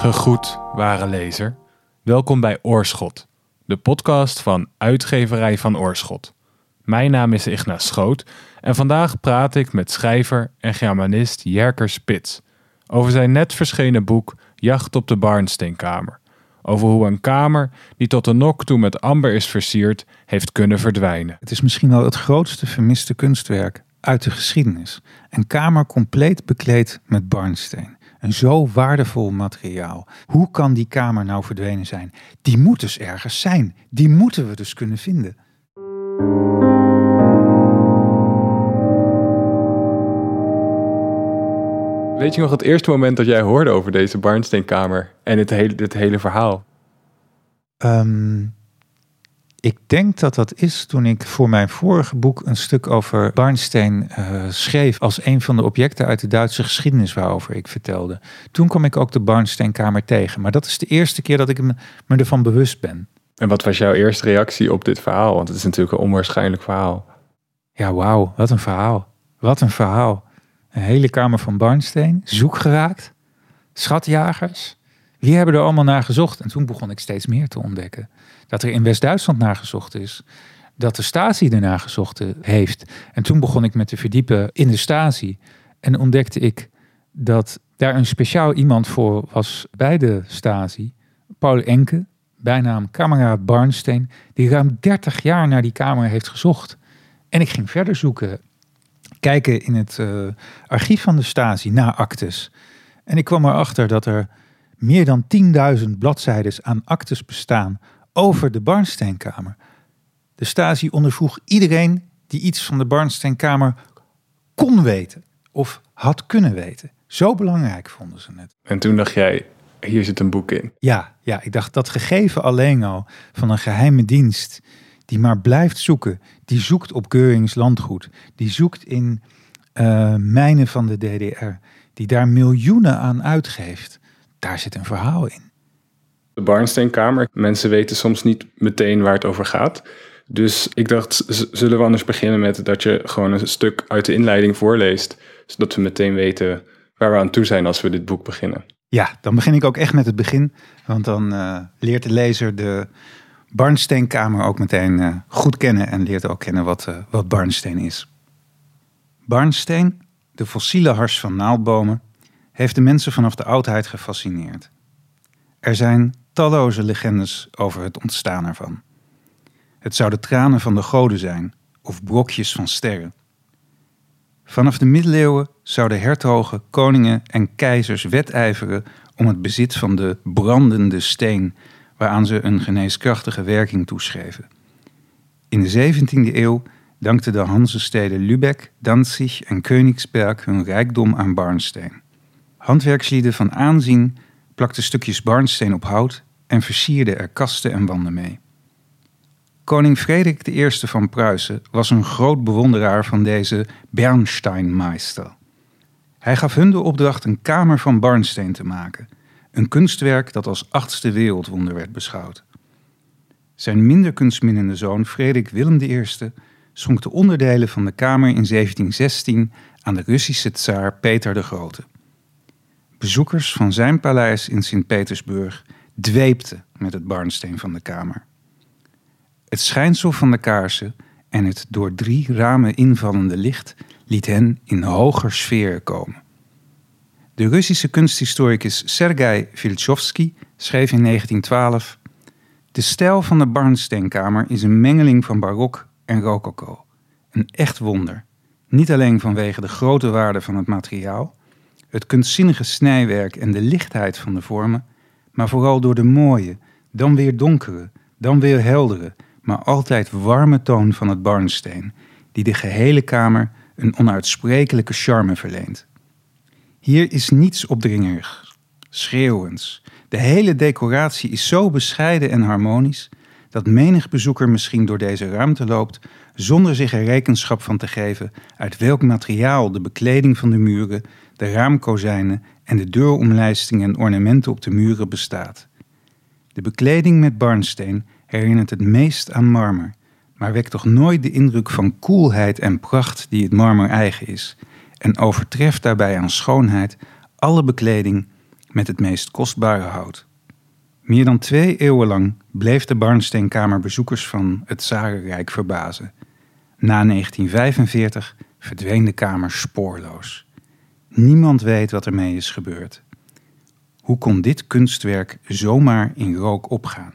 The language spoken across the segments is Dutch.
Gegroet, ware lezer. Welkom bij Oorschot, de podcast van Uitgeverij van Oorschot. Mijn naam is Igna Schoot en vandaag praat ik met schrijver en germanist Jerker Spits over zijn net verschenen boek Jacht op de Barnsteenkamer. Over hoe een kamer die tot de nok toe met amber is versierd, heeft kunnen verdwijnen. Het is misschien wel het grootste vermiste kunstwerk uit de geschiedenis. Een kamer compleet bekleed met barnsteen. Een zo waardevol materiaal. Hoe kan die kamer nou verdwenen zijn? Die moet dus ergens zijn. Die moeten we dus kunnen vinden. Weet je nog het eerste moment dat jij hoorde over deze barnsteenkamer en dit hele verhaal? Ik denk dat dat is toen ik voor mijn vorige boek een stuk over barnsteen schreef als een van de objecten uit de Duitse geschiedenis waarover ik vertelde. Toen kwam ik ook de barnsteenkamer tegen. Maar dat is de eerste keer dat ik me ervan bewust ben. En wat was jouw eerste reactie op dit verhaal? Want het is natuurlijk een onwaarschijnlijk verhaal. Ja, wauw, wat een verhaal. Wat een verhaal. Een hele kamer van barnsteen, zoek geraakt, schatjagers. Wie hebben er allemaal naar gezocht? En toen begon ik steeds meer te ontdekken. Dat er in West-Duitsland naar gezocht is. Dat de Stasi ernaar gezocht heeft. En toen begon ik me te verdiepen in de Stasi. En ontdekte ik dat daar een speciaal iemand voor was bij de Stasi. Paul Enke, bijnaam kameraad Barnsteen. Die ruim 30 jaar naar die kamer heeft gezocht. En ik ging verder zoeken. Kijken in het archief van de Stasi naar actes. En ik kwam erachter dat er meer dan 10.000 bladzijden aan actes bestaan over de Barnsteenkamer. De Stasi ondervroeg iedereen die iets van de Barnsteenkamer kon weten of had kunnen weten. Zo belangrijk vonden ze het. En toen dacht jij, hier zit een boek in. Ja, ik dacht dat gegeven alleen al van een geheime dienst die maar blijft zoeken. Die zoekt op Görings landgoed. Die zoekt in mijnen van de DDR. Die daar miljoenen aan uitgeeft. Daar zit een verhaal in. De Barnsteenkamer. Mensen weten soms niet meteen waar het over gaat. Dus ik dacht, zullen we anders beginnen met dat je gewoon een stuk uit de inleiding voorleest. Zodat we meteen weten waar we aan toe zijn als we dit boek beginnen. Ja, dan begin ik ook echt met het begin. Want dan leert de lezer de Barnsteenkamer ook meteen goed kennen. En leert ook kennen wat barnsteen is. Barnsteen, de fossiele hars van naaldbomen, heeft de mensen vanaf de oudheid gefascineerd. Er zijn talloze legendes over het ontstaan ervan. Het zouden tranen van de goden zijn of brokjes van sterren. Vanaf de middeleeuwen zouden hertogen, koningen en keizers wedijveren om het bezit van de brandende steen, waaraan ze een geneeskrachtige werking toeschreven. In de 17e eeuw dankten de Hansesteden Lübeck, Danzig en Königsberg hun rijkdom aan barnsteen. Handwerkslieden van aanzien plakten stukjes barnsteen op hout en versierden er kasten en wanden mee. Koning Frederik I van Pruisen was een groot bewonderaar van deze Bernsteinmeister. Hij gaf hun de opdracht een kamer van barnsteen te maken, een kunstwerk dat als 8e wereldwonder werd beschouwd. Zijn minder kunstminnende zoon Frederik Willem I schonk de onderdelen van de kamer in 1716 aan de Russische tsaar Peter de Grote. Bezoekers van zijn paleis in Sint-Petersburg dweepten met het barnsteen van de kamer. Het schijnsel van de kaarsen en het door 3 ramen invallende licht liet hen in hoger sferen komen. De Russische kunsthistoricus Sergei Vilchovsky schreef in 1912: de stijl van de Barnsteenkamer is een mengeling van barok en rococo. Een echt wonder. Niet alleen vanwege de grote waarde van het materiaal, het kunstzinnige snijwerk en de lichtheid van de vormen, maar vooral door de mooie, dan weer donkere, dan weer heldere, maar altijd warme toon van het barnsteen, die de gehele kamer een onuitsprekelijke charme verleent. Hier is niets opdringerigs, schreeuwends. De hele decoratie is zo bescheiden en harmonisch dat menig bezoeker misschien door deze ruimte loopt zonder zich er rekenschap van te geven uit welk materiaal de bekleding van de muren, de raamkozijnen en de deuromlijstingen en ornamenten op de muren bestaat. De bekleding met barnsteen herinnert het meest aan marmer, maar wekt toch nooit de indruk van koelheid en pracht die het marmer eigen is, en overtreft daarbij aan schoonheid alle bekleding met het meest kostbare hout. Meer dan 2 eeuwen lang bleef de Barnsteenkamer bezoekers van het Tsarenrijk verbazen. Na 1945 verdween de kamer spoorloos. Niemand weet wat ermee is gebeurd. Hoe kon dit kunstwerk zomaar in rook opgaan?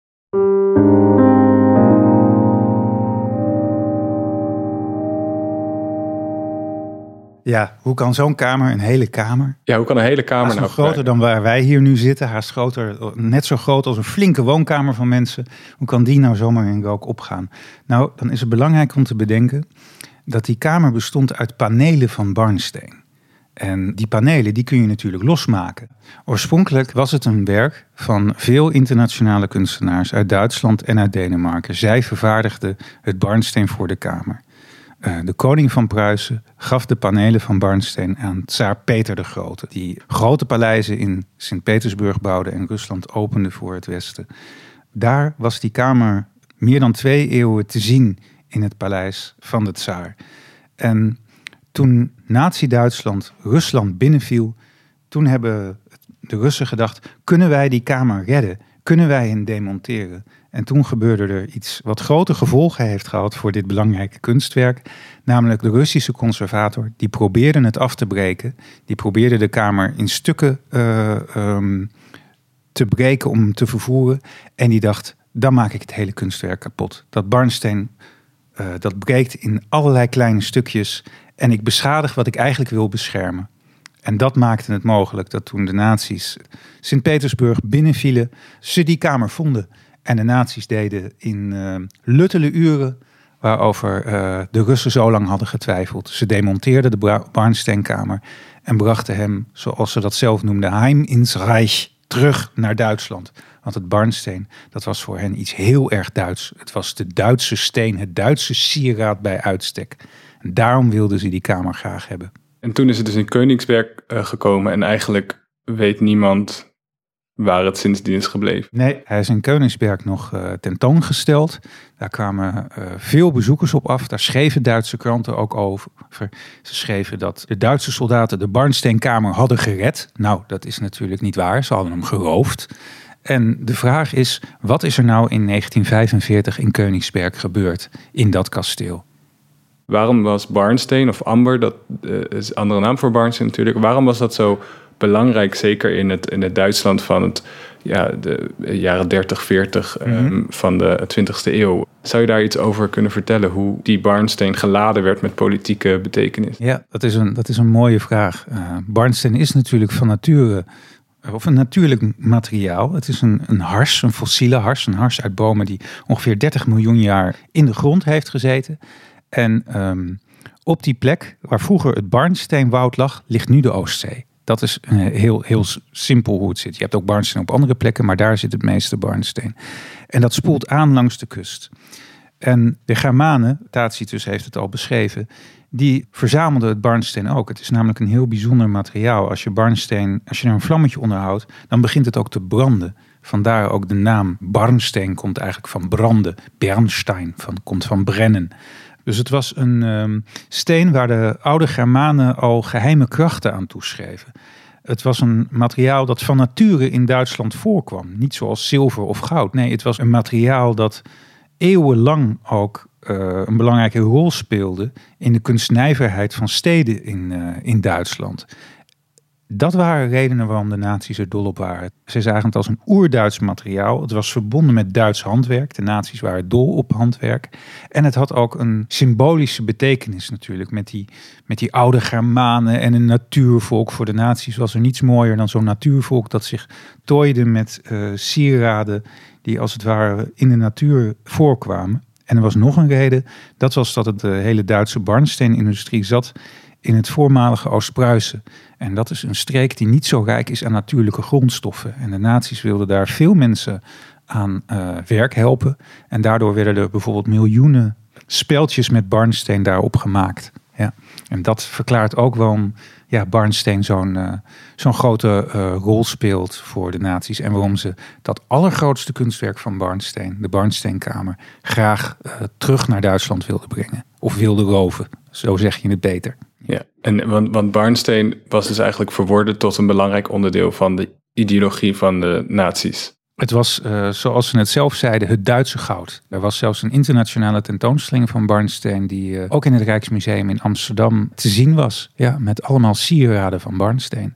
Ja, hoe kan zo'n kamer, een hele kamer... Ja, hoe kan een hele kamer nou groter dan waar wij hier nu zitten, haast groter, net zo groot als een flinke woonkamer van mensen. Hoe kan die nou zomaar in rook opgaan? Nou, dan is het belangrijk om te bedenken dat die kamer bestond uit panelen van barnsteen. En die panelen die kun je natuurlijk losmaken. Oorspronkelijk was het een werk van veel internationale kunstenaars uit Duitsland en uit Denemarken. Zij vervaardigden het barnsteen voor de kamer. De koning van Pruisen gaf de panelen van barnsteen aan tsaar Peter de Grote, die grote paleizen in Sint-Petersburg bouwde en Rusland opende voor het Westen. Daar was die kamer meer dan 2 eeuwen te zien in het paleis van de tsaar. En toen Nazi-Duitsland Rusland binnenviel, toen hebben de Russen gedacht, kunnen wij die kamer redden? Kunnen wij hen demonteren? En toen gebeurde er iets wat grote gevolgen heeft gehad voor dit belangrijke kunstwerk. Namelijk de Russische conservator, die probeerde het af te breken. Die probeerde de kamer in stukken te breken om hem te vervoeren. En die dacht, dan maak ik het hele kunstwerk kapot. Dat barnsteen, dat breekt in allerlei kleine stukjes. En ik beschadig wat ik eigenlijk wil beschermen. En dat maakte het mogelijk dat toen de nazi's Sint-Petersburg binnenvielen, ze die kamer vonden. En de nazi's deden in luttele uren, waarover de Russen zo lang hadden getwijfeld. Ze demonteerden de Barnsteenkamer en brachten hem, zoals ze dat zelf noemden, heim ins Reich, terug naar Duitsland. Want het barnsteen, dat was voor hen iets heel erg Duits. Het was de Duitse steen, het Duitse sieraad bij uitstek. En daarom wilden ze die kamer graag hebben. En toen is het dus in Koningsberg gekomen en eigenlijk weet niemand waar het sindsdien is gebleven. Nee, hij is in Koningsberg nog tentoongesteld. Daar kwamen veel bezoekers op af. Daar schreven Duitse kranten ook over. Ze schreven dat de Duitse soldaten de Barnsteenkamer hadden gered. Nou, dat is natuurlijk niet waar. Ze hadden hem geroofd. En de vraag is, wat is er nou in 1945 in Koningsberg gebeurd in dat kasteel? Waarom was barnsteen of amber, dat is een andere naam voor barnsteen natuurlijk, waarom was dat zo belangrijk, zeker in het Duitsland van de jaren 30, 40 van de 20e eeuw? Zou je daar iets over kunnen vertellen, hoe die barnsteen geladen werd met politieke betekenis? Ja, dat is een mooie vraag. Barnsteen is natuurlijk van nature, of een natuurlijk materiaal. Het is een hars, een fossiele hars, een hars uit bomen die ongeveer 30 miljoen jaar in de grond heeft gezeten. En op die plek waar vroeger het barnsteenwoud lag, ligt nu de Oostzee. Dat is heel simpel hoe het zit. Je hebt ook barnsteen op andere plekken, maar daar zit het meeste barnsteen. En dat spoelt aan langs de kust. En de Germanen, Tacitus heeft het al beschreven, die verzamelden het barnsteen ook. Het is namelijk een heel bijzonder materiaal. Als je er een vlammetje onder houdt, dan begint het ook te branden. Vandaar ook de naam barnsteen komt eigenlijk van branden. Bernstein komt van brennen. Dus het was een steen waar de oude Germanen al geheime krachten aan toeschreven. Het was een materiaal dat van nature in Duitsland voorkwam. Niet zoals zilver of goud. Nee, het was een materiaal dat eeuwenlang ook een belangrijke rol speelde in de kunstnijverheid van steden in Duitsland. Dat waren redenen waarom de nazi's er dol op waren. Ze zagen het als een oer-Duits materiaal. Het was verbonden met Duits handwerk. De nazi's waren dol op handwerk. En het had ook een symbolische betekenis natuurlijk. Met die oude Germanen en een natuurvolk. Voor de nazi's was er niets mooier dan zo'n natuurvolk dat zich tooide met sieraden die als het ware in de natuur voorkwamen. En er was nog een reden. Dat was dat de hele Duitse barnsteenindustrie zat in het voormalige Oost-Pruisen. En dat is een streek die niet zo rijk is aan natuurlijke grondstoffen. En de nazi's wilden daar veel mensen aan werk helpen. En daardoor werden er bijvoorbeeld miljoenen speldjes met barnsteen daarop gemaakt. Ja. En dat verklaart ook waarom barnsteen zo'n grote rol speelt voor de nazi's. En waarom ze dat allergrootste kunstwerk van barnsteen, de Barnsteenkamer, graag terug naar Duitsland wilden brengen. Of wilden roven. Zo zeg je het beter. Ja, want Barnstein was dus eigenlijk verworden tot een belangrijk onderdeel van de ideologie van de nazi's. Het was, zoals ze het zelf zeiden, het Duitse goud. Er was zelfs een internationale tentoonstelling van Barnstein die ook in het Rijksmuseum in Amsterdam te zien was. Ja, met allemaal sieraden van Barnstein.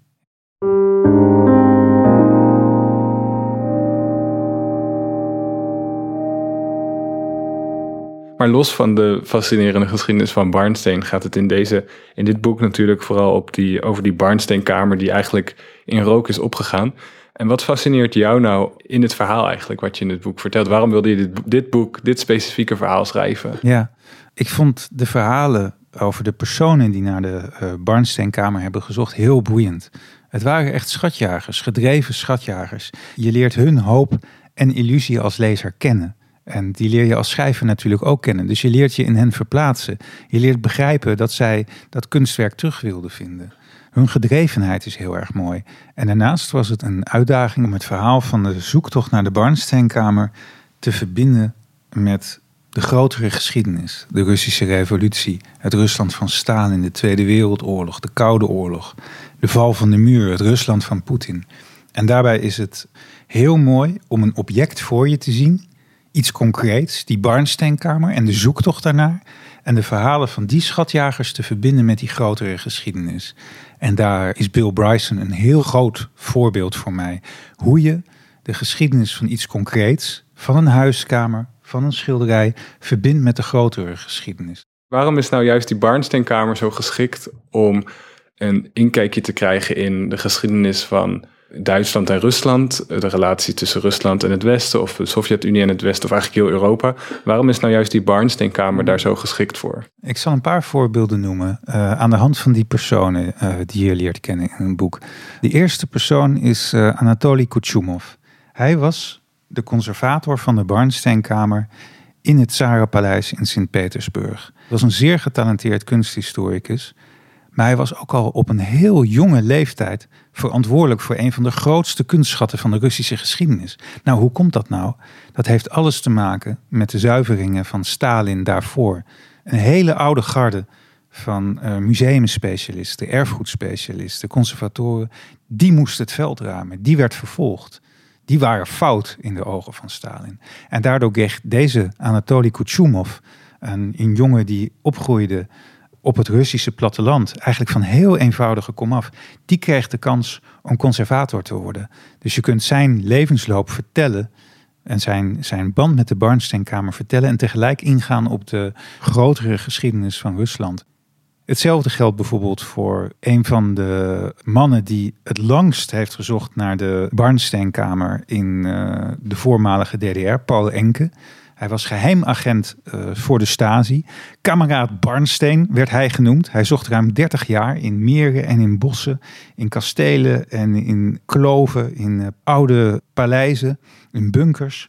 Maar los van de fascinerende geschiedenis van Barnstein gaat het in dit boek natuurlijk vooral over die Barnsteinkamer die eigenlijk in rook is opgegaan. En wat fascineert jou nou in het verhaal eigenlijk wat je in het boek vertelt? Waarom wilde je dit specifieke verhaal schrijven? Ja, ik vond de verhalen over de personen die naar de Barnsteinkamer hebben gezocht heel boeiend. Het waren echt schatjagers, gedreven schatjagers. Je leert hun hoop en illusie als lezer kennen. En die leer je als schrijver natuurlijk ook kennen. Dus je leert je in hen verplaatsen. Je leert begrijpen dat zij dat kunstwerk terug wilden vinden. Hun gedrevenheid is heel erg mooi. En daarnaast was het een uitdaging om het verhaal van de zoektocht naar de Barnsteinkamer te verbinden met de grotere geschiedenis. De Russische revolutie, het Rusland van Stalin, de Tweede Wereldoorlog, de Koude Oorlog, de val van de muur, het Rusland van Poetin. En daarbij is het heel mooi om een object voor je te zien, iets concreets, die Barnsteinkamer en de zoektocht daarnaar, en de verhalen van die schatjagers te verbinden met die grotere geschiedenis. En daar is Bill Bryson een heel groot voorbeeld voor mij. Hoe je de geschiedenis van iets concreets, van een huiskamer, van een schilderij, verbindt met de grotere geschiedenis. Waarom is nou juist die Barnsteinkamer zo geschikt om een inkijkje te krijgen in de geschiedenis van Duitsland en Rusland, de relatie tussen Rusland en het Westen, of de Sovjet-Unie en het Westen, of eigenlijk heel Europa. Waarom is nou juist die Barnsteinkamer daar zo geschikt voor? Ik zal een paar voorbeelden noemen aan de hand van die personen die je leert kennen in een boek. De eerste persoon is Anatoly Kuchumov. Hij was de conservator van de Barnsteinkamer in het Tsarenpaleis in Sint-Petersburg. Hij was een zeer getalenteerd kunsthistoricus. Maar hij was ook al op een heel jonge leeftijd verantwoordelijk voor een van de grootste kunstschatten van de Russische geschiedenis. Nou, hoe komt dat nou? Dat heeft alles te maken met de zuiveringen van Stalin daarvoor. Een hele oude garde van museumspecialisten, erfgoedspecialisten, conservatoren, die moest het veld ruimen. Die werd vervolgd. Die waren fout in de ogen van Stalin. En daardoor kreeg deze Anatoly Kuchumov, een jongen die opgroeide op het Russische platteland, eigenlijk van heel eenvoudige komaf, die kreeg de kans om conservator te worden. Dus je kunt zijn levensloop vertellen en zijn band met de Barnsteinkamer vertellen en tegelijk ingaan op de grotere geschiedenis van Rusland. Hetzelfde geldt bijvoorbeeld voor een van de mannen die het langst heeft gezocht naar de Barnsteinkamer in de voormalige DDR, Paul Enke. Hij was geheim agent voor de Stasi. Kameraad Barnstein werd hij genoemd. Hij zocht ruim 30 jaar in meren en in bossen, in kastelen en in kloven, in oude paleizen, in bunkers.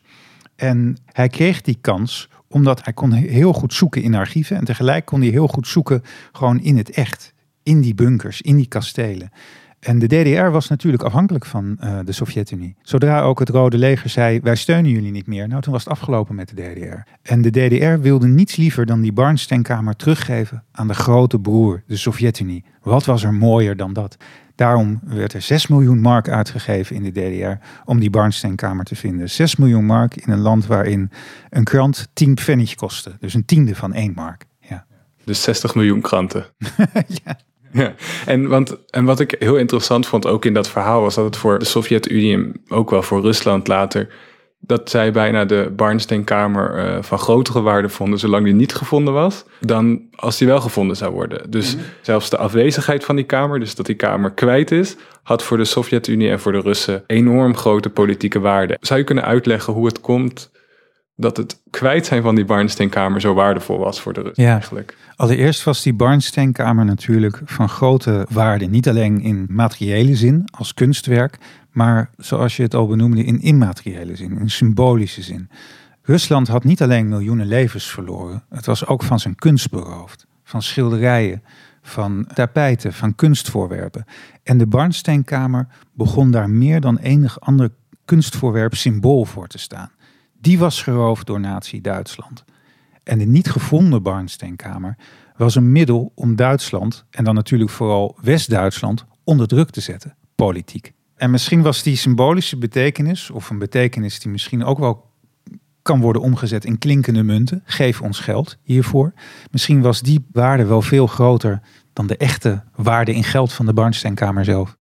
En hij kreeg die kans omdat hij kon heel goed zoeken in archieven en tegelijk kon hij heel goed zoeken gewoon in het echt, in die bunkers, in die kastelen. En de DDR was natuurlijk afhankelijk van de Sovjet-Unie. Zodra ook het Rode Leger zei, wij steunen jullie niet meer, nou toen was het afgelopen met de DDR. En de DDR wilde niets liever dan die Barnsteinkamer teruggeven aan de grote broer, de Sovjet-Unie. Wat was er mooier dan dat? Daarom werd er 6 miljoen mark uitgegeven in de DDR om die Barnsteinkamer te vinden. 6 miljoen mark in een land waarin een krant 10 pfennig kostte. Dus een tiende van 1 mark. Ja. Dus 60 miljoen kranten. Ja. Ja, en wat ik heel interessant vond ook in dat verhaal was dat het voor de Sovjet-Unie en ook wel voor Rusland later, dat zij bijna de Barnsteinkamer van grotere waarde vonden zolang die niet gevonden was, dan als die wel gevonden zou worden. Dus zelfs de afwezigheid van die kamer, dus dat die kamer kwijt is, had voor de Sovjet-Unie en voor de Russen enorm grote politieke waarde. Zou je kunnen uitleggen hoe het komt dat het kwijt zijn van die Barnsteinkamer zo waardevol was voor de Russen eigenlijk? Allereerst was die Barnsteinkamer natuurlijk van grote waarde. Niet alleen in materiële zin, als kunstwerk, maar zoals je het al benoemde, in immateriële zin, in symbolische zin. Rusland had niet alleen miljoenen levens verloren, het was ook van zijn kunst beroofd. Van schilderijen, van tapijten, van kunstvoorwerpen. En de Barnsteinkamer begon daar meer dan enig ander kunstvoorwerp symbool voor te staan. Die was geroofd door Nazi-Duitsland. En de niet gevonden Barnsteinkamer was een middel om Duitsland, en dan natuurlijk vooral West-Duitsland, onder druk te zetten, politiek. En misschien was die symbolische betekenis, of een betekenis die misschien ook wel kan worden omgezet in klinkende munten. Geef ons geld hiervoor. Misschien was die waarde wel veel groter dan de echte waarde in geld van de Barnsteenkamer zelf.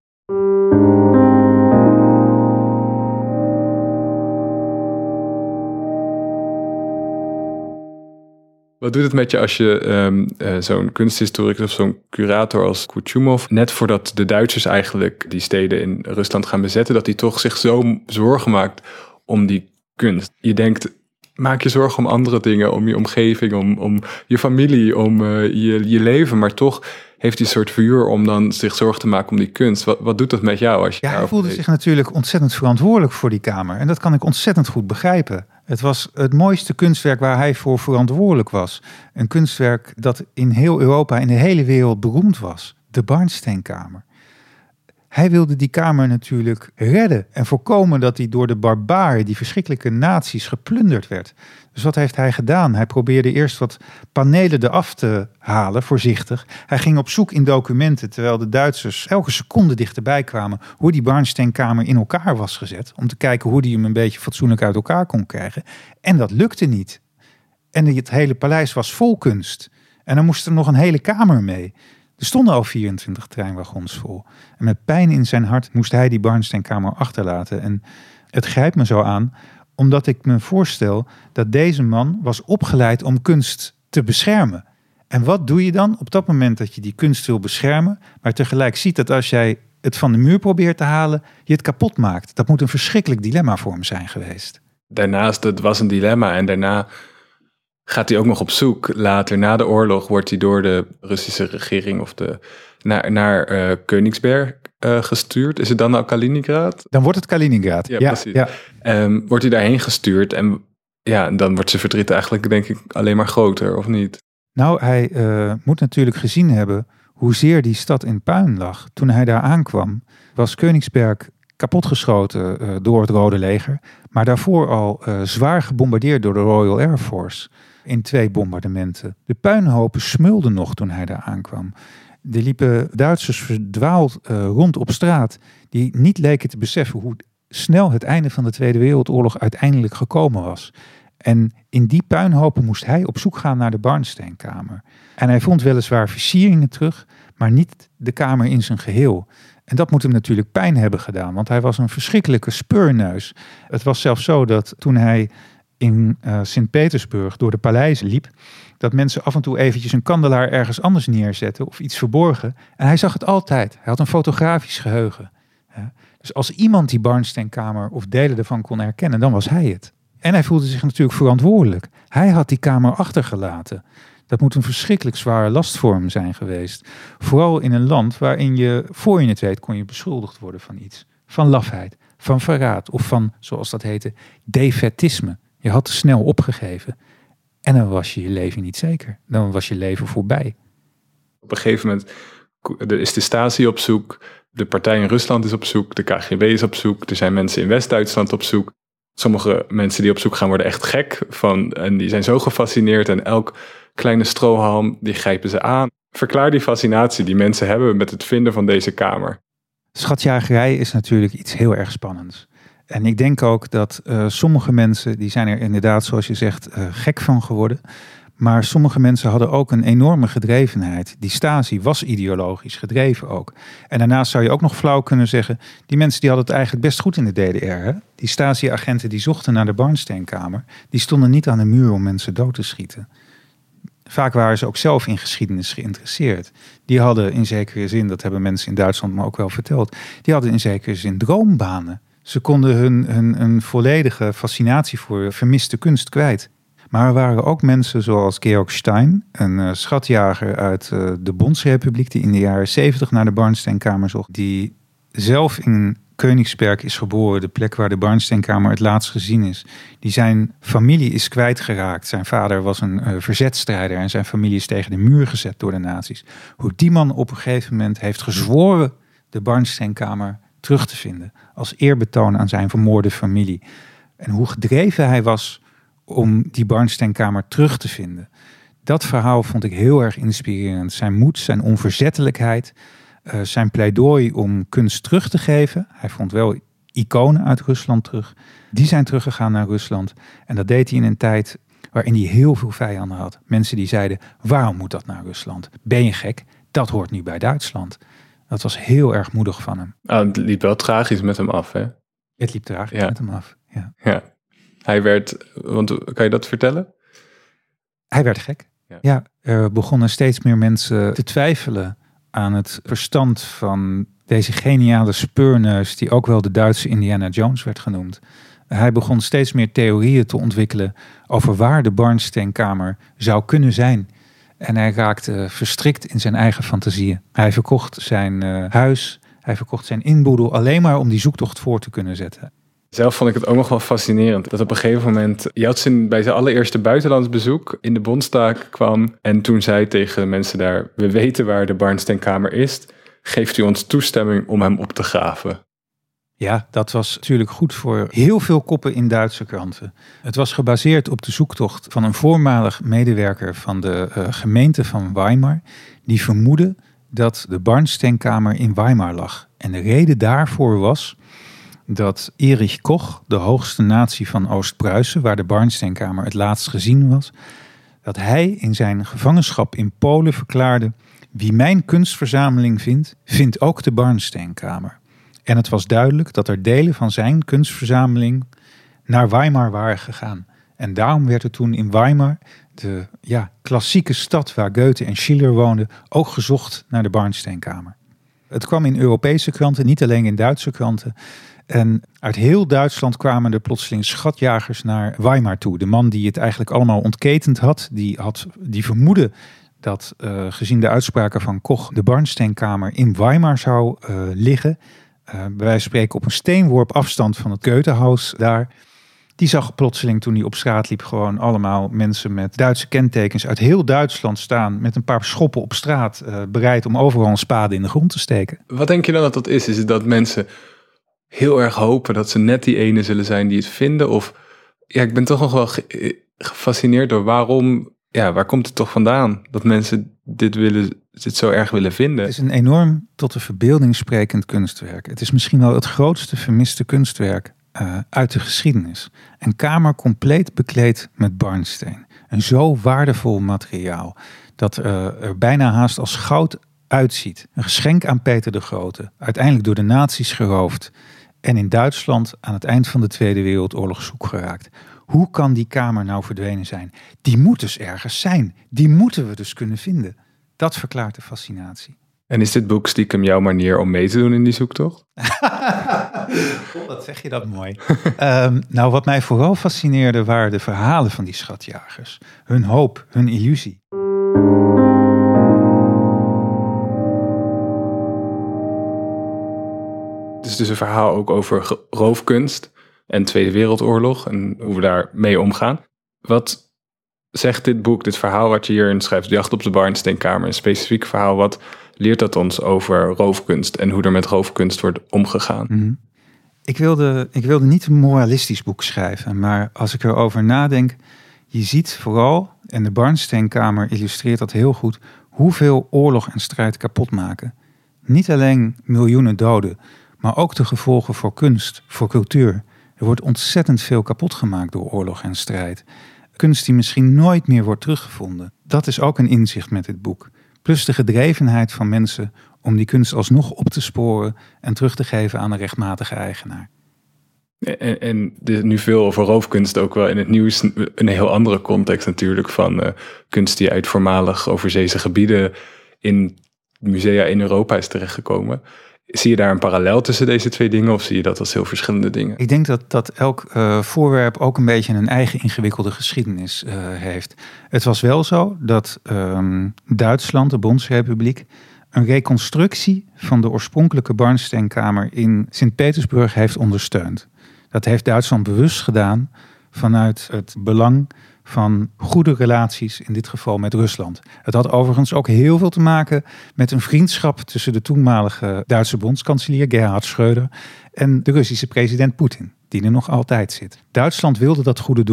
Wat doet het met je als je zo'n kunsthistoricus of zo'n curator als Kuchumov, net voordat de Duitsers eigenlijk die steden in Rusland gaan bezetten, dat hij toch zich zo zorgen maakt om die kunst? Je denkt, maak je zorgen om andere dingen, om je omgeving, om je familie, om je leven, maar toch heeft hij een soort vuur om dan zich zorgen te maken om die kunst. Wat doet dat met jou? Als je hij voelde zich natuurlijk ontzettend verantwoordelijk voor die kamer. En dat kan ik ontzettend goed begrijpen. Het was het mooiste kunstwerk waar hij voor verantwoordelijk was. Een kunstwerk dat in heel Europa, in de hele wereld beroemd was. De Barnsteenkamer. Hij wilde die kamer natuurlijk redden en voorkomen dat die door de barbaren, die verschrikkelijke nazi's, geplunderd werd. Dus wat heeft hij gedaan? Hij probeerde eerst wat panelen eraf te halen, voorzichtig. Hij ging op zoek in documenten, terwijl de Duitsers elke seconde dichterbij kwamen, hoe die Barnsteenkamer in elkaar was gezet. Om te kijken hoe die hem een beetje fatsoenlijk uit elkaar kon krijgen. En dat lukte niet. En het hele paleis was vol kunst. En dan moest er nog een hele kamer mee. Er stonden al 24 treinwagons vol. En met pijn in zijn hart moest hij die Barnsteenkamer achterlaten. En het grijpt me zo aan, omdat ik me voorstel dat deze man was opgeleid om kunst te beschermen. En wat doe je dan op dat moment dat je die kunst wil beschermen, maar tegelijk ziet dat als jij het van de muur probeert te halen, je het kapot maakt? Dat moet een verschrikkelijk dilemma voor hem zijn geweest. Daarnaast, het was een dilemma en daarna gaat hij ook nog op zoek. Later, na de oorlog, wordt hij door de Russische regering of naar Königsberg gestuurd. Is het dan nou Kaliningrad? Dan wordt het Kaliningrad. Ja, precies. Ja. Wordt hij daarheen gestuurd en dan wordt zijn verdriet eigenlijk, denk ik, alleen maar groter, of niet? Nou, hij moet natuurlijk gezien hebben hoezeer die stad in puin lag. Toen hij daar aankwam, was Königsberg kapotgeschoten door het Rode Leger, maar daarvoor al zwaar gebombardeerd door de Royal Air Force in 2 bombardementen. De puinhopen smulden nog toen hij daar aankwam. Er liepen Duitsers verdwaald rond op straat die niet leken te beseffen hoe snel het einde van de Tweede Wereldoorlog uiteindelijk gekomen was. En in die puinhopen moest hij op zoek gaan naar de Barnsteenkamer. En hij vond weliswaar versieringen terug, maar niet de kamer in zijn geheel. En dat moet hem natuurlijk pijn hebben gedaan, want hij was een verschrikkelijke speurneus. Het was zelfs zo dat toen hij in Sint-Petersburg door de paleizen liep, dat mensen af en toe eventjes een kandelaar ergens anders neerzetten of iets verborgen. En hij zag het altijd. Hij had een fotografisch geheugen. Ja. Dus als iemand die Barnsteenkamer of delen ervan kon herkennen, dan was hij het. En hij voelde zich natuurlijk verantwoordelijk. Hij had die kamer achtergelaten. Dat moet een verschrikkelijk zware last voor hem zijn geweest. Vooral in een land waarin je, voor je het weet, kon je beschuldigd worden van iets. Van lafheid, van verraad of van, zoals dat heette, defaitisme. Je had te snel opgegeven. En dan was je leven niet zeker. Dan was je leven voorbij. Op een gegeven moment is de Stasi op zoek. De partij in Rusland is op zoek. De KGB is op zoek. Er zijn mensen in West-Duitsland op zoek. Sommige mensen die op zoek gaan worden echt gek van. En die zijn zo gefascineerd. En elk kleine strohalm, die grijpen ze aan. Verklaar die fascinatie die mensen hebben met het vinden van deze kamer. Schatjagerij is natuurlijk iets heel erg spannends. En ik denk ook dat sommige mensen, die zijn er inderdaad, zoals je zegt, gek van geworden. Maar sommige mensen hadden ook een enorme gedrevenheid. Die Stasi was ideologisch gedreven ook. En daarnaast zou je ook nog flauw kunnen zeggen, die mensen die hadden het eigenlijk best goed in de DDR. Hè? Die Stasi-agenten die zochten naar de Barnsteenkamer, die stonden niet aan de muur om mensen dood te schieten. Vaak waren ze ook zelf in geschiedenis geïnteresseerd. Die hadden in zekere zin, dat hebben mensen in Duitsland me ook wel verteld, die hadden in zekere zin droombanen. Ze konden hun volledige fascinatie voor vermiste kunst kwijt. Maar er waren ook mensen zoals Georg Stein, een schatjager uit de Bondsrepubliek, die in de jaren 70 naar de Barnsteenkamer zocht. Die zelf in Königsberg is geboren, de plek waar de Barnsteenkamer het laatst gezien is. Die zijn familie is kwijtgeraakt. Zijn vader was een verzetstrijder en zijn familie is tegen de muur gezet door de nazi's. Hoe die man op een gegeven moment heeft gezworen de Barnsteenkamer terug te vinden. Als eerbetoon aan zijn vermoorde familie. En hoe gedreven hij was om die Barnsteenkamer terug te vinden. Dat verhaal vond ik heel erg inspirerend. Zijn moed, zijn onverzettelijkheid, zijn pleidooi om kunst terug te geven. Hij vond wel iconen uit Rusland terug. Die zijn teruggegaan naar Rusland. En dat deed hij in een tijd waarin hij heel veel vijanden had. Mensen die zeiden, waarom moet dat naar Rusland? Ben je gek? Dat hoort nu bij Duitsland. Dat was heel erg moedig van hem. Het liep wel tragisch met hem af, hè? Het liep tragisch met hem af, ja. Hij werd, want kan je dat vertellen? Hij werd gek. Ja, er begonnen steeds meer mensen te twijfelen aan het verstand van deze geniale speurneus die ook wel de Duitse Indiana Jones werd genoemd. Hij begon steeds meer theorieën te ontwikkelen over waar de Barnsteenkamer zou kunnen zijn. En hij raakte verstrikt in zijn eigen fantasieën. Hij verkocht zijn huis, hij verkocht zijn inboedel alleen maar om die zoektocht voor te kunnen zetten. Zelf vond ik het ook nog wel fascinerend dat op een gegeven moment Jeltsin bij zijn allereerste buitenlands bezoek in de Bondsdag kwam en toen zei tegen de mensen daar, we weten waar de Barnsteenkamer is, geeft u ons toestemming om hem op te graven. Ja, dat was natuurlijk goed voor heel veel koppen in Duitse kranten. Het was gebaseerd op de zoektocht van een voormalig medewerker van de gemeente van Weimar, die vermoedde dat de Barnsteenkamer in Weimar lag. En de reden daarvoor was dat Erich Koch, de hoogste natie van Oost-Pruisen, waar de Barnsteenkamer het laatst gezien was, dat hij in zijn gevangenschap in Polen verklaarde, wie mijn kunstverzameling vindt, vindt ook de Barnsteenkamer. En het was duidelijk dat er delen van zijn kunstverzameling naar Weimar waren gegaan. En daarom werd er toen in Weimar, de klassieke stad waar Goethe en Schiller woonden, ook gezocht naar de Barnsteenkamer. Het kwam in Europese kranten, niet alleen in Duitse kranten. En uit heel Duitsland kwamen er plotseling schatjagers naar Weimar toe. De man die het eigenlijk allemaal ontketend had, die vermoedde dat gezien de uitspraken van Koch de Barnsteenkamer in Weimar zou liggen. Bij wijze van spreken op een steenworp afstand van het Goethehaus daar. Die zag plotseling toen hij op straat liep gewoon allemaal mensen met Duitse kentekens uit heel Duitsland staan met een paar schoppen op straat, bereid om overal een spade in de grond te steken. Wat denk je dan dat dat is? Is het dat mensen heel erg hopen dat ze net die ene zullen zijn die het vinden? Of ik ben toch nog wel gefascineerd door waar komt het toch vandaan dat mensen dit zo erg willen vinden? Het is een enorm tot de verbeelding sprekend kunstwerk. Het is misschien wel het grootste vermiste kunstwerk uit de geschiedenis. Een kamer compleet bekleed met barnsteen. Een zo waardevol materiaal dat er bijna haast als goud uitziet. Een geschenk aan Peter de Grote. Uiteindelijk door de nazi's geroofd. En in Duitsland aan het eind van de Tweede Wereldoorlog zoek geraakt. Hoe kan die kamer nou verdwenen zijn? Die moet dus ergens zijn. Die moeten we dus kunnen vinden. Dat verklaart de fascinatie. En is dit boek stiekem jouw manier om mee te doen in die zoektocht? Wat zeg je dat mooi. Nou, wat mij vooral fascineerde waren de verhalen van die schatjagers. Hun hoop, hun illusie. Het is dus een verhaal ook over roofkunst en Tweede Wereldoorlog en hoe we daarmee omgaan. Wat zegt dit boek, dit verhaal wat je hierin schrijft, Jacht op de Barnsteenkamer, een specifiek verhaal, wat leert dat ons over roofkunst en hoe er met roofkunst wordt omgegaan? Mm-hmm. Ik wilde niet een moralistisch boek schrijven, maar als ik erover nadenk, je ziet vooral, en de Barnsteenkamer illustreert dat heel goed, hoeveel oorlog en strijd kapot maken. Niet alleen miljoenen doden, maar ook de gevolgen voor kunst, voor cultuur. Er wordt ontzettend veel kapot gemaakt door oorlog en strijd. Kunst die misschien nooit meer wordt teruggevonden. Dat is ook een inzicht met dit boek. Plus de gedrevenheid van mensen om die kunst alsnog op te sporen en terug te geven aan de rechtmatige eigenaar. En nu veel over roofkunst ook wel in het nieuws, een heel andere context natuurlijk van kunst die uit voormalig overzeese gebieden in musea in Europa is terechtgekomen. Zie je daar een parallel tussen deze twee dingen of zie je dat als heel verschillende dingen? Ik denk dat elk voorwerp ook een beetje een eigen ingewikkelde geschiedenis heeft. Het was wel zo dat Duitsland, de Bondsrepubliek, een reconstructie van de oorspronkelijke Barnsteenkamer in Sint-Petersburg heeft ondersteund. Dat heeft Duitsland bewust gedaan vanuit het belang van goede relaties, in dit geval met Rusland. Het had overigens ook heel veel te maken met een vriendschap tussen de toenmalige Duitse bondskanselier Gerhard Schröder en de Russische president Poetin, die er nog altijd zit. Duitsland wilde dat goede doen.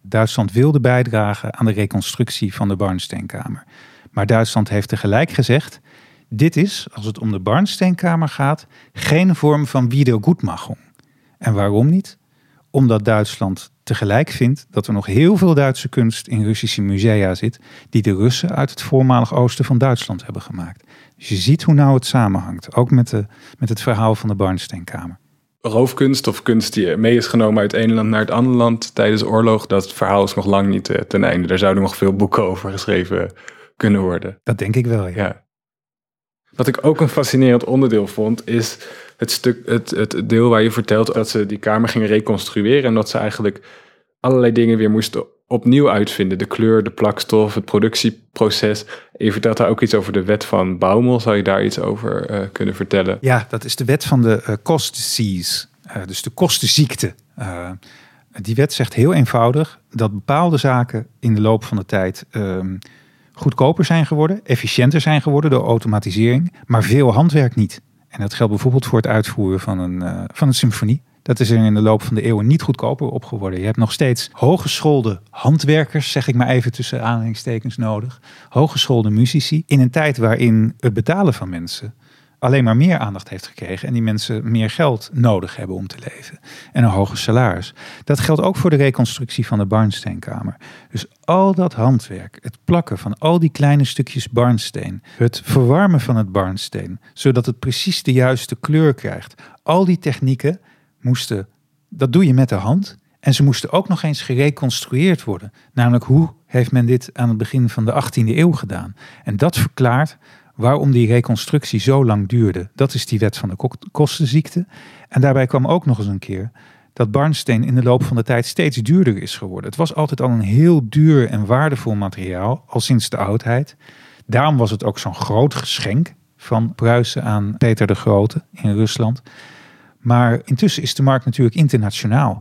Duitsland wilde bijdragen aan de reconstructie van de Barnsteenkamer. Maar Duitsland heeft tegelijk gezegd, dit is, als het om de Barnsteenkamer gaat, geen vorm van Wiedergutmachung. En waarom niet? Omdat Duitsland tegelijk vindt dat er nog heel veel Duitse kunst in Russische musea zit, die de Russen uit het voormalig oosten van Duitsland hebben gemaakt. Dus je ziet hoe nauw het samenhangt, ook met het verhaal van de Barnsteenkamer. Roofkunst of kunst die mee is genomen uit het ene land naar het andere land tijdens de oorlog, dat verhaal is nog lang niet ten einde. Daar zouden nog veel boeken over geschreven kunnen worden. Dat denk ik wel, ja. Wat ik ook een fascinerend onderdeel vond, is het deel waar je vertelt dat ze die kamer gingen reconstrueren en dat ze eigenlijk allerlei dingen weer moesten opnieuw uitvinden. De kleur, de plakstof, het productieproces. Je vertelt daar ook iets over de wet van Baumol. Zou je daar iets over kunnen vertellen? Ja, dat is de wet van de Kostzies, dus de kostenziekte. Die wet zegt heel eenvoudig dat bepaalde zaken in de loop van de tijd goedkoper zijn geworden, efficiënter zijn geworden door automatisering, maar veel handwerk niet. En dat geldt bijvoorbeeld voor het uitvoeren van een symfonie. Dat is er in de loop van de eeuwen niet goedkoper op geworden. Je hebt nog steeds hooggeschoolde handwerkers, zeg ik maar even tussen aanhalingstekens nodig. Hooggeschoolde muzici in een tijd waarin het betalen van mensen alleen maar meer aandacht heeft gekregen en die mensen meer geld nodig hebben om te leven. En een hoger salaris. Dat geldt ook voor de reconstructie van de Barnsteenkamer. Dus al dat handwerk, het plakken van al die kleine stukjes barnsteen, het verwarmen van het barnsteen, zodat het precies de juiste kleur krijgt. Al die technieken dat doe je met de hand. En ze moesten ook nog eens gereconstrueerd worden. Namelijk, hoe heeft men dit aan het begin van de 18e eeuw gedaan? En dat verklaart waarom die reconstructie zo lang duurde. Dat is die wet van de kostenziekte. En daarbij kwam ook nog eens een keer dat barnsteen in de loop van de tijd steeds duurder is geworden. Het was altijd al een heel duur en waardevol materiaal, al sinds de oudheid. Daarom was het ook zo'n groot geschenk van Pruisen aan Peter de Grote in Rusland. Maar intussen is de markt natuurlijk internationaal.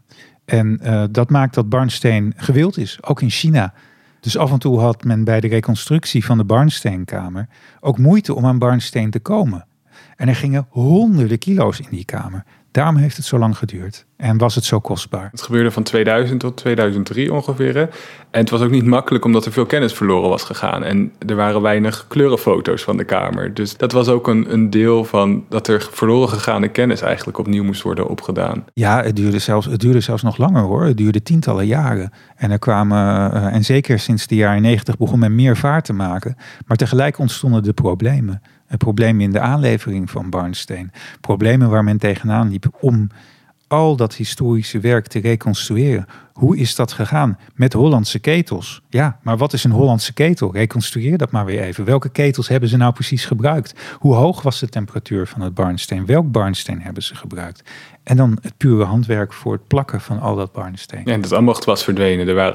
En dat maakt dat barnsteen gewild is, ook in China. Dus af en toe had men bij de reconstructie van de Barnsteenkamer ook moeite om aan barnsteen te komen. En er gingen honderden kilo's in die kamer. Daarom heeft het zo lang geduurd en was het zo kostbaar. Het gebeurde van 2000 tot 2003 ongeveer. En het was ook niet makkelijk omdat er veel kennis verloren was gegaan. En er waren weinig kleurenfoto's van de kamer. Dus dat was ook een deel van dat er verloren gegaane kennis eigenlijk opnieuw moest worden opgedaan. Ja, het duurde zelfs nog langer hoor. Het duurde tientallen jaren. En er kwamen, en zeker sinds de jaren 90 begon men meer vaart te maken. Maar tegelijk ontstonden de problemen. Problemen in de aanlevering van barnsteen. Problemen waar men tegenaan liep om al dat historische werk te reconstrueren. Hoe is dat gegaan? Met Hollandse ketels. Ja, maar wat is een Hollandse ketel? Reconstrueer dat maar weer even. Welke ketels hebben ze nou precies gebruikt? Hoe hoog was de temperatuur van het barnsteen? Welk barnsteen hebben ze gebruikt? En dan het pure handwerk voor het plakken van al dat barnsteen. Ja, en dat ambacht was verdwenen.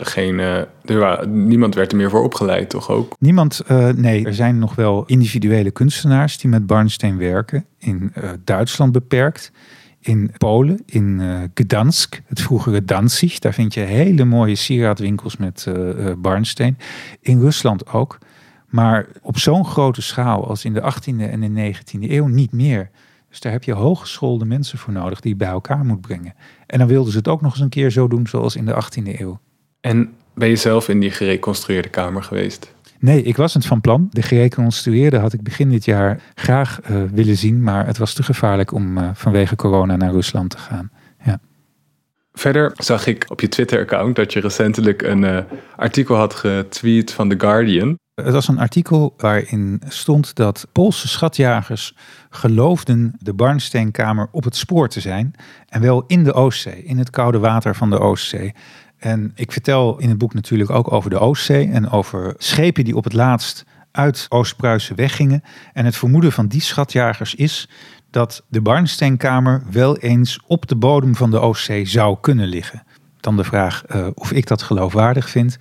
Niemand werd er meer voor opgeleid, toch ook? Niemand, nee. Er zijn nog wel individuele kunstenaars die met barnsteen werken. In Duitsland beperkt. In Polen, in Gdansk, het vroegere Danzig. Daar vind je hele mooie sieraadwinkels met barnsteen. In Rusland ook. Maar op zo'n grote schaal als in de 18e en de 19e eeuw niet meer. Dus daar heb je hooggeschoolde mensen voor nodig die je bij elkaar moet brengen. En dan wilden ze het ook nog eens een keer zo doen zoals in de 18e eeuw. En ben je zelf in die gereconstrueerde kamer geweest? Nee, ik was het van plan. De gereconstrueerde had ik begin dit jaar graag willen zien. Maar het was te gevaarlijk om vanwege corona naar Rusland te gaan. Ja. Verder zag ik op je Twitter-account dat je recentelijk een artikel had getweet van The Guardian. Het was een artikel waarin stond dat Poolse schatjagers geloofden de Barnsteenkamer op het spoor te zijn. En wel in de Oostzee, in het koude water van de Oostzee. En ik vertel in het boek natuurlijk ook over de Oostzee en over schepen die op het laatst uit Oost-Pruisen weggingen. En het vermoeden van die schatjagers is dat de Barnsteenkamer wel eens op de bodem van de Oostzee zou kunnen liggen. Dan de vraag of ik dat geloofwaardig vind.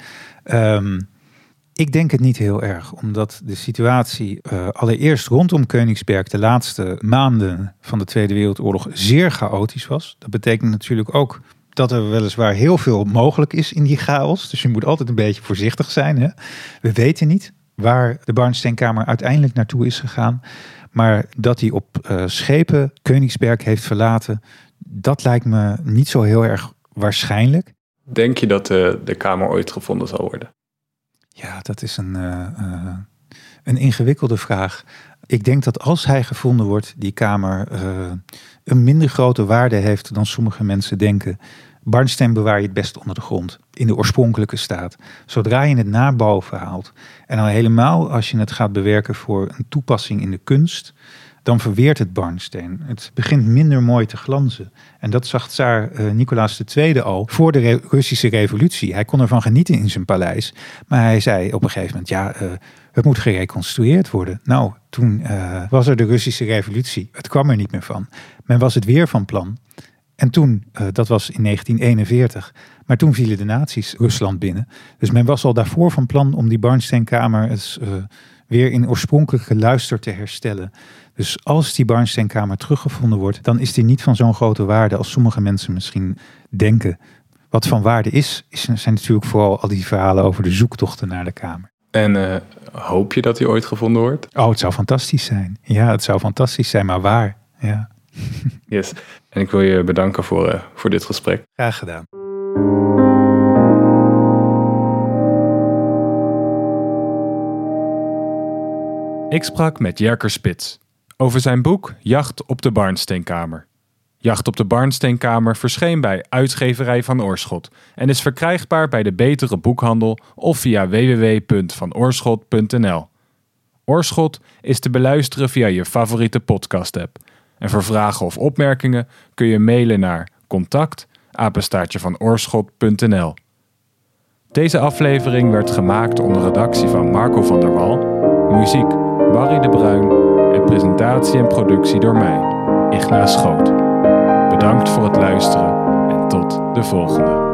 Ik denk het niet heel erg, omdat de situatie allereerst rondom Koningsberg de laatste maanden van de Tweede Wereldoorlog zeer chaotisch was. Dat betekent natuurlijk ook dat er weliswaar heel veel mogelijk is in die chaos. Dus je moet altijd een beetje voorzichtig zijn. Hè? We weten niet waar de Barnsteenkamer uiteindelijk naartoe is gegaan. Maar dat hij op schepen Koningsberg heeft verlaten, dat lijkt me niet zo heel erg waarschijnlijk. Denk je dat de kamer ooit gevonden zal worden? Ja, dat is een ingewikkelde vraag. Ik denk dat als hij gevonden wordt, die kamer een minder grote waarde heeft dan sommige mensen denken. Barnsteen bewaar je het best onder de grond, in de oorspronkelijke staat. Zodra je het naar boven haalt, en dan helemaal als je het gaat bewerken voor een toepassing in de kunst, dan verweert het barnsteen. Het begint minder mooi te glanzen. En dat zag tsaar Nicolaas II al voor de Russische revolutie. Hij kon ervan genieten in zijn paleis. Maar hij zei op een gegeven moment, het moet gereconstrueerd worden. Nou, toen was er de Russische revolutie. Het kwam er niet meer van. Men was het weer van plan. En toen, dat was in 1941, maar toen vielen de nazi's Rusland binnen. Dus men was al daarvoor van plan om die barnsteenkamer weer in oorspronkelijke luister te herstellen. Dus als die barnsteenkamer teruggevonden wordt, dan is die niet van zo'n grote waarde als sommige mensen misschien denken. Wat van waarde zijn natuurlijk vooral al die verhalen over de zoektochten naar de kamer. En hoop je dat die ooit gevonden wordt? Oh, het zou fantastisch zijn. Ja, het zou fantastisch zijn, maar waar? Ja. Yes. En ik wil je bedanken voor dit gesprek. Graag gedaan. Ik sprak met Jerker Spits over zijn boek Jacht op de Barnsteenkamer. Jacht op de Barnsteenkamer verscheen bij Uitgeverij Van Oorschot en is verkrijgbaar bij de betere boekhandel of via www.vanoorschot.nl. Oorschot is te beluisteren via je favoriete podcast-app. En voor vragen of opmerkingen kun je mailen naar contact@vanoorschot.nl. Deze aflevering werd gemaakt onder redactie van Marco van der Wal, muziek Barry de Bruin en presentatie en productie door mij, Igna Schoot. Bedankt voor het luisteren en tot de volgende.